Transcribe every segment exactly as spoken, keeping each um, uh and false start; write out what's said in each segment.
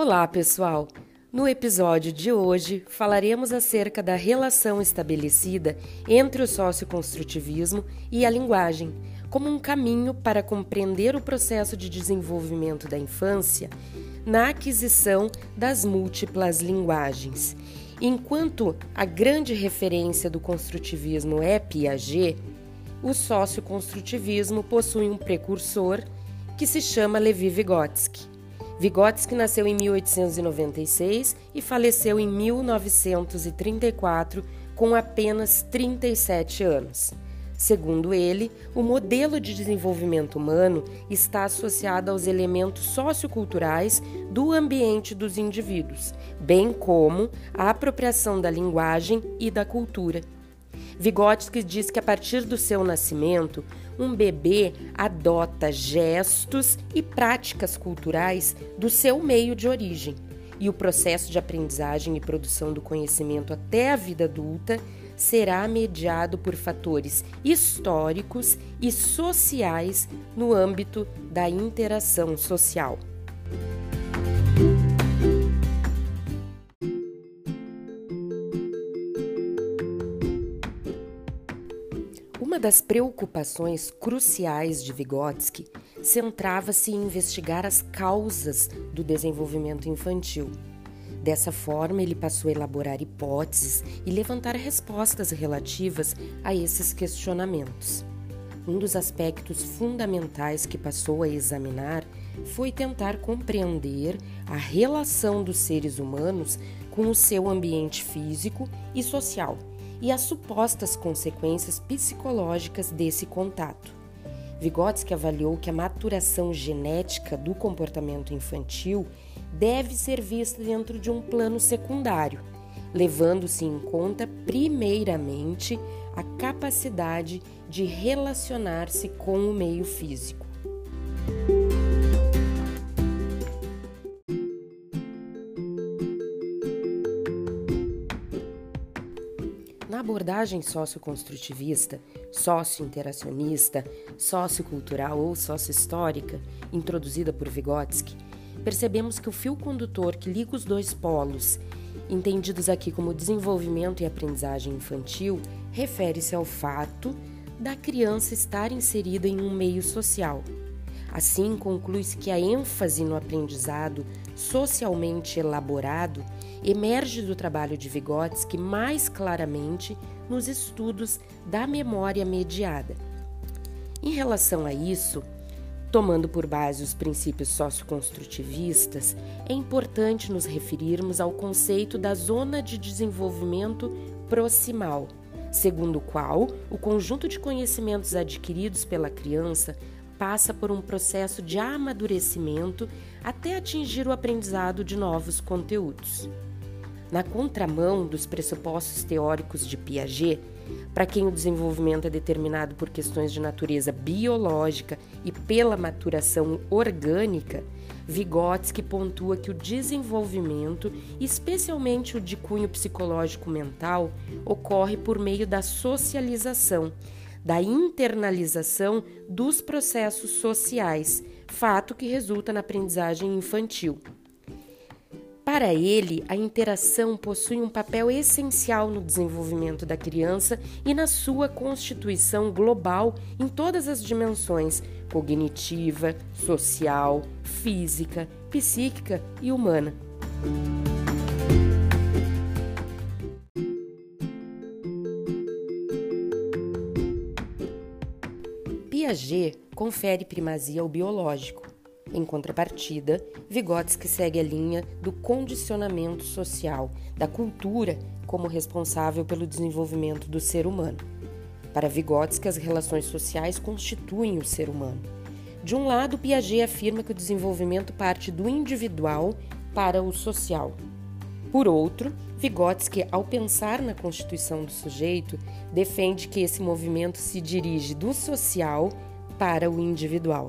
Olá, pessoal! No episódio de hoje, falaremos acerca da relação estabelecida entre o socioconstrutivismo e a linguagem, como um caminho para compreender o processo de desenvolvimento da infância na aquisição das múltiplas linguagens. Enquanto a grande referência do construtivismo é Piaget, o socioconstrutivismo possui um precursor que se chama Levi-Vygotsky. Vygotsky nasceu em mil oitocentos e noventa e seis e faleceu em mil novecentos e trinta e quatro com apenas trinta e sete anos. Segundo ele, o modelo de desenvolvimento humano está associado aos elementos socioculturais do ambiente dos indivíduos, bem como à apropriação da linguagem e da cultura. Vygotsky diz que a partir do seu nascimento, um bebê adota gestos e práticas culturais do seu meio de origem, e o processo de aprendizagem e produção do conhecimento até a vida adulta será mediado por fatores históricos e sociais no âmbito da interação social. Uma das preocupações cruciais de Vygotsky centrava-se em investigar as causas do desenvolvimento infantil. Dessa forma, ele passou a elaborar hipóteses e levantar respostas relativas a esses questionamentos. Um dos aspectos fundamentais que passou a examinar foi tentar compreender a relação dos seres humanos com o seu ambiente físico e social, e as supostas consequências psicológicas desse contato. Vygotsky avaliou que a maturação genética do comportamento infantil deve ser vista dentro de um plano secundário, levando-se em conta, primeiramente, a capacidade de relacionar-se com o meio físico. Na abordagem socioconstrutivista, socio-interacionista, sociocultural ou sociohistórica, introduzida por Vygotsky, percebemos que o fio condutor que liga os dois polos, entendidos aqui como desenvolvimento e aprendizagem infantil, refere-se ao fato da criança estar inserida em um meio social. Assim, conclui-se que a ênfase no aprendizado socialmente elaborado emerge do trabalho de Vygotsky mais claramente nos estudos da memória mediada. Em relação a isso, tomando por base os princípios socioconstrutivistas, é importante nos referirmos ao conceito da zona de desenvolvimento proximal, segundo o qual o conjunto de conhecimentos adquiridos pela criança passa por um processo de amadurecimento até atingir o aprendizado de novos conteúdos. Na contramão dos pressupostos teóricos de Piaget, para quem o desenvolvimento é determinado por questões de natureza biológica e pela maturação orgânica, Vygotsky pontua que o desenvolvimento, especialmente o de cunho psicológico-mental, ocorre por meio da socialização, da internalização dos processos sociais, fato que resulta na aprendizagem infantil. Para ele, a interação possui um papel essencial no desenvolvimento da criança e na sua constituição global em todas as dimensões: cognitiva, social, física, psíquica e humana. Piaget confere primazia ao biológico. Em contrapartida, Vygotsky segue a linha do condicionamento social, da cultura como responsável pelo desenvolvimento do ser humano. Para Vygotsky, as relações sociais constituem o ser humano. De um lado, Piaget afirma que o desenvolvimento parte do individual para o social. Por outro, Vygotsky, ao pensar na constituição do sujeito, defende que esse movimento se dirige do social para o individual.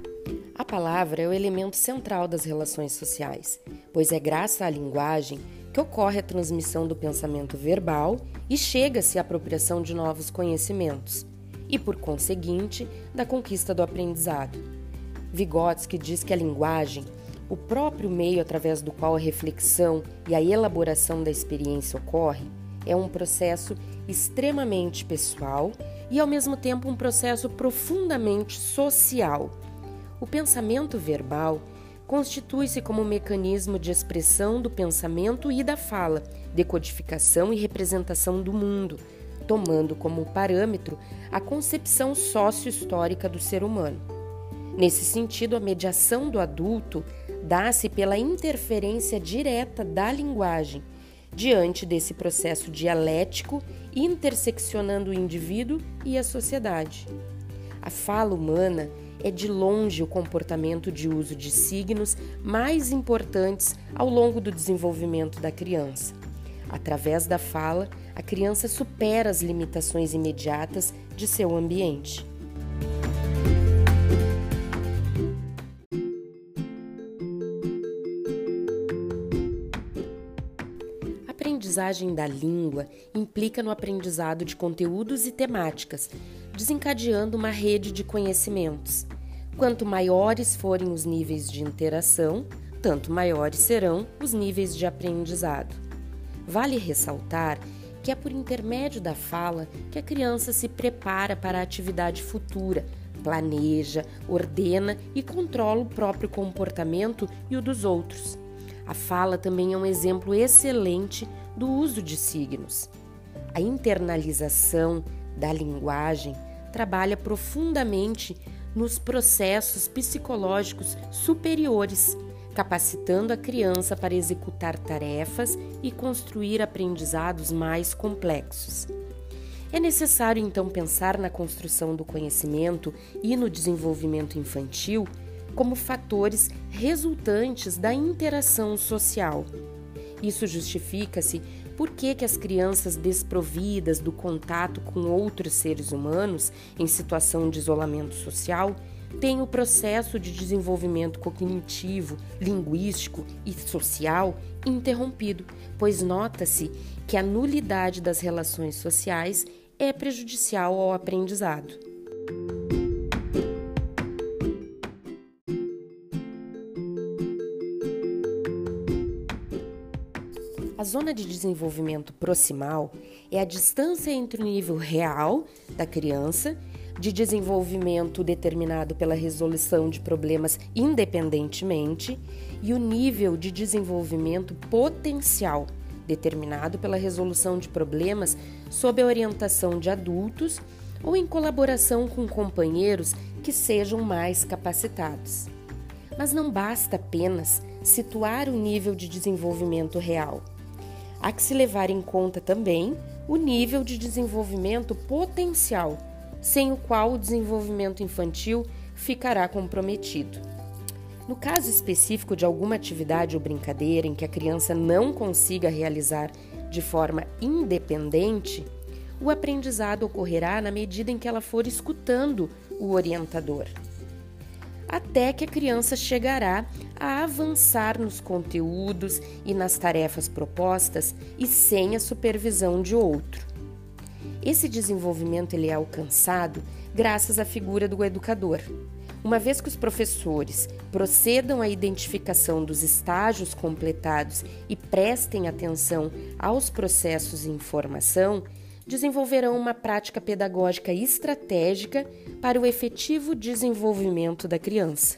A palavra é o elemento central das relações sociais, pois é graças à linguagem que ocorre a transmissão do pensamento verbal e chega-se à apropriação de novos conhecimentos e, por conseguinte, da conquista do aprendizado. Vygotsky diz que a linguagem, o próprio meio através do qual a reflexão e a elaboração da experiência ocorre, é um processo extremamente pessoal e, ao mesmo tempo, um processo profundamente social. O pensamento verbal constitui-se como um mecanismo de expressão do pensamento e da fala, decodificação e representação do mundo, tomando como parâmetro a concepção sócio-histórica do ser humano. Nesse sentido, a mediação do adulto dá-se pela interferência direta da linguagem, diante desse processo dialético interseccionando o indivíduo e a sociedade. A fala humana é de longe o comportamento de uso de signos mais importantes ao longo do desenvolvimento da criança. Através da fala, a criança supera as limitações imediatas de seu ambiente. A aprendizagem da língua implica no aprendizado de conteúdos e temáticas, desencadeando uma rede de conhecimentos. Quanto maiores forem os níveis de interação, tanto maiores serão os níveis de aprendizado. Vale ressaltar que é por intermédio da fala que a criança se prepara para a atividade futura, planeja, ordena e controla o próprio comportamento e o dos outros. A fala também é um exemplo excelente do uso de signos. A internalização da linguagem trabalha profundamente nos processos psicológicos superiores, capacitando a criança para executar tarefas e construir aprendizados mais complexos. É necessário, então, pensar na construção do conhecimento e no desenvolvimento infantil como fatores resultantes da interação social. Isso justifica-se por que que as crianças desprovidas do contato com outros seres humanos em situação de isolamento social têm o processo de desenvolvimento cognitivo, linguístico e social interrompido, pois nota-se que a nulidade das relações sociais é prejudicial ao aprendizado. A zona de desenvolvimento proximal é a distância entre o nível real da criança, de desenvolvimento determinado pela resolução de problemas independentemente, e o nível de desenvolvimento potencial, determinado pela resolução de problemas sob a orientação de adultos ou em colaboração com companheiros que sejam mais capacitados. Mas não basta apenas situar o nível de desenvolvimento real. Há que se levar em conta também o nível de desenvolvimento potencial, sem o qual o desenvolvimento infantil ficará comprometido. No caso específico de alguma atividade ou brincadeira em que a criança não consiga realizar de forma independente, o aprendizado ocorrerá na medida em que ela for escutando o orientador, até que a criança chegará a avançar nos conteúdos e nas tarefas propostas e sem a supervisão de outro. Esse desenvolvimento ele é alcançado graças à figura do educador. Uma vez que os professores procedam à identificação dos estágios completados e prestem atenção aos processos de informação, desenvolverão uma prática pedagógica estratégica para o efetivo desenvolvimento da criança.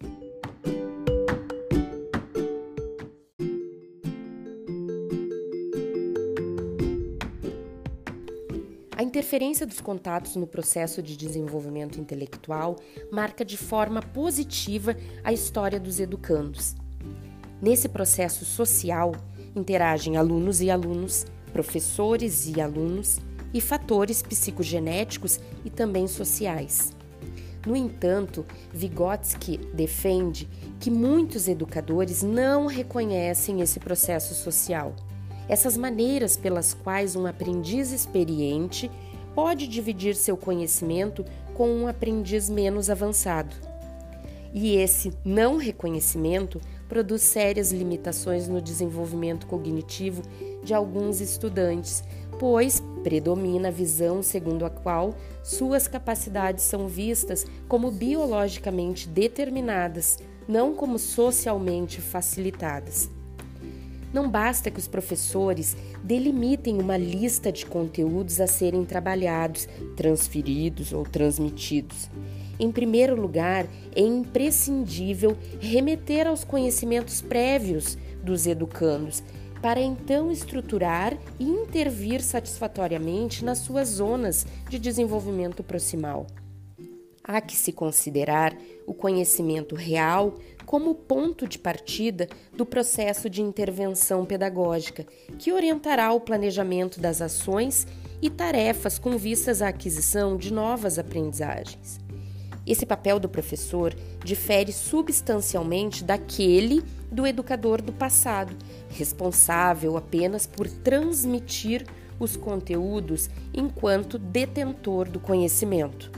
A interferência dos contatos no processo de desenvolvimento intelectual marca de forma positiva a história dos educandos. Nesse processo social, interagem alunos e alunos, professores e alunos e fatores psicogenéticos e também sociais. No entanto, Vygotsky defende que muitos educadores não reconhecem esse processo social. Essas maneiras pelas quais um aprendiz experiente pode dividir seu conhecimento com um aprendiz menos avançado. E esse não reconhecimento produz sérias limitações no desenvolvimento cognitivo de alguns estudantes, pois predomina a visão segundo a qual suas capacidades são vistas como biologicamente determinadas, não como socialmente facilitadas. Não basta que os professores delimitem uma lista de conteúdos a serem trabalhados, transferidos ou transmitidos. Em primeiro lugar, é imprescindível remeter aos conhecimentos prévios dos educandos, para então estruturar e intervir satisfatoriamente nas suas zonas de desenvolvimento proximal. Há que se considerar o conhecimento real como ponto de partida do processo de intervenção pedagógica, que orientará o planejamento das ações e tarefas com vistas à aquisição de novas aprendizagens. Esse papel do professor difere substancialmente daquele do educador do passado, responsável apenas por transmitir os conteúdos enquanto detentor do conhecimento.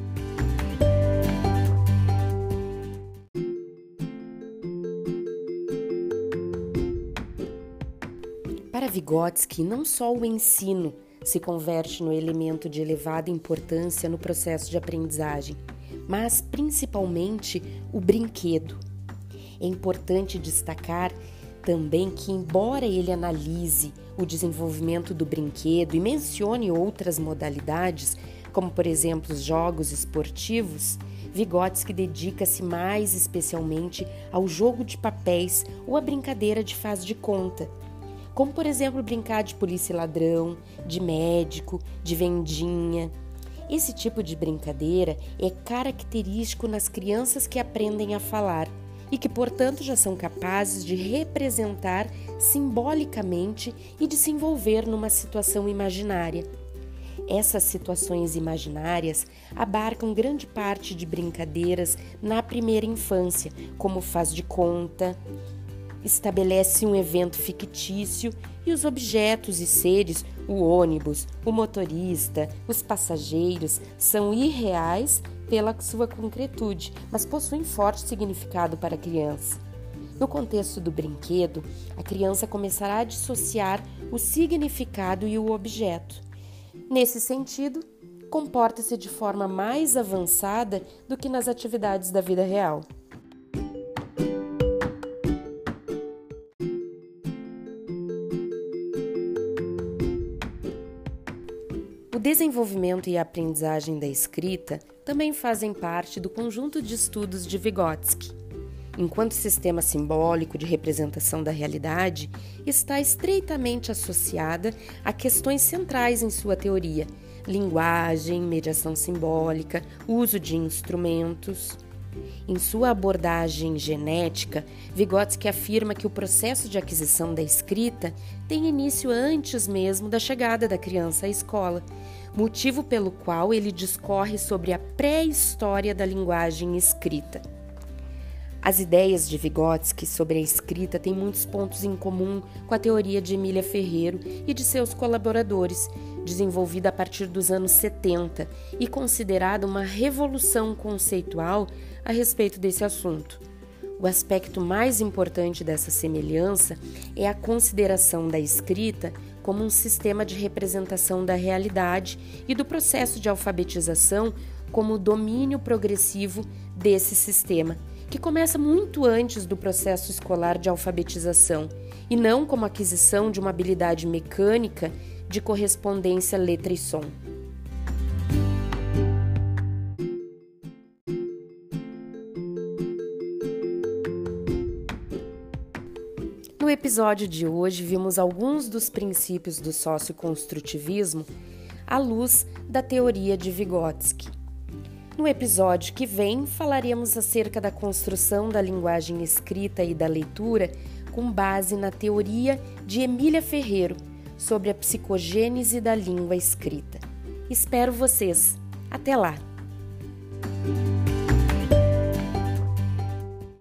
Para Vygotsky, não só o ensino se converte no elemento de elevada importância no processo de aprendizagem, mas principalmente o brinquedo. É importante destacar também que, embora ele analise o desenvolvimento do brinquedo e mencione outras modalidades, como por exemplo os jogos esportivos, Vygotsky dedica-se mais especialmente ao jogo de papéis ou à brincadeira de faz de conta, como por exemplo brincar de polícia e ladrão, de médico, de vendinha. Esse tipo de brincadeira é característico nas crianças que aprendem a falar e que, portanto, já são capazes de representar simbolicamente e de se envolver numa situação imaginária. Essas situações imaginárias abarcam grande parte de brincadeiras na primeira infância, como faz de conta, estabelece um evento fictício e os objetos e seres, o ônibus, o motorista, os passageiros, são irreais pela sua concretude, mas possuem forte significado para a criança. No contexto do brinquedo, a criança começará a dissociar o significado e o objeto. Nesse sentido, comporta-se de forma mais avançada do que nas atividades da vida real. O desenvolvimento e a aprendizagem da escrita também fazem parte do conjunto de estudos de Vygotsky. Enquanto sistema simbólico de representação da realidade, está estreitamente associada a questões centrais em sua teoria: linguagem, mediação simbólica, uso de instrumentos. Em sua abordagem genética, Vygotsky afirma que o processo de aquisição da escrita tem início antes mesmo da chegada da criança à escola, motivo pelo qual ele discorre sobre a pré-história da linguagem escrita. As ideias de Vygotsky sobre a escrita têm muitos pontos em comum com a teoria de Emília Ferreiro e de seus colaboradores, desenvolvida a partir dos anos setenta e considerada uma revolução conceitual a respeito desse assunto. O aspecto mais importante dessa semelhança é a consideração da escrita como um sistema de representação da realidade e do processo de alfabetização como o domínio progressivo desse sistema, que começa muito antes do processo escolar de alfabetização e não como aquisição de uma habilidade mecânica de correspondência letra e som. No episódio de hoje, vimos alguns dos princípios do socioconstrutivismo à luz da teoria de Vygotsky. No episódio que vem, falaremos acerca da construção da linguagem escrita e da leitura com base na teoria de Emília Ferreiro sobre a psicogênese da língua escrita. Espero vocês! Até lá!